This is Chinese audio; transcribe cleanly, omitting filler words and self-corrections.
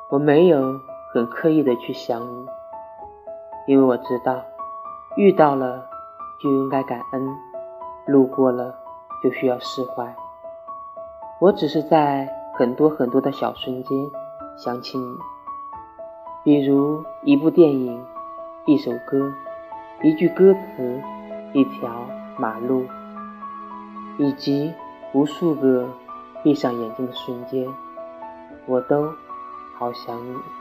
我没有很刻意的去想你，因为我知道遇到了就应该感恩，路过了就需要释怀。我只是在很多的小瞬间想起你，比如一部电影，一首歌，一句歌词，一条马路，以及无数个闭上眼睛的瞬间，我都好想你。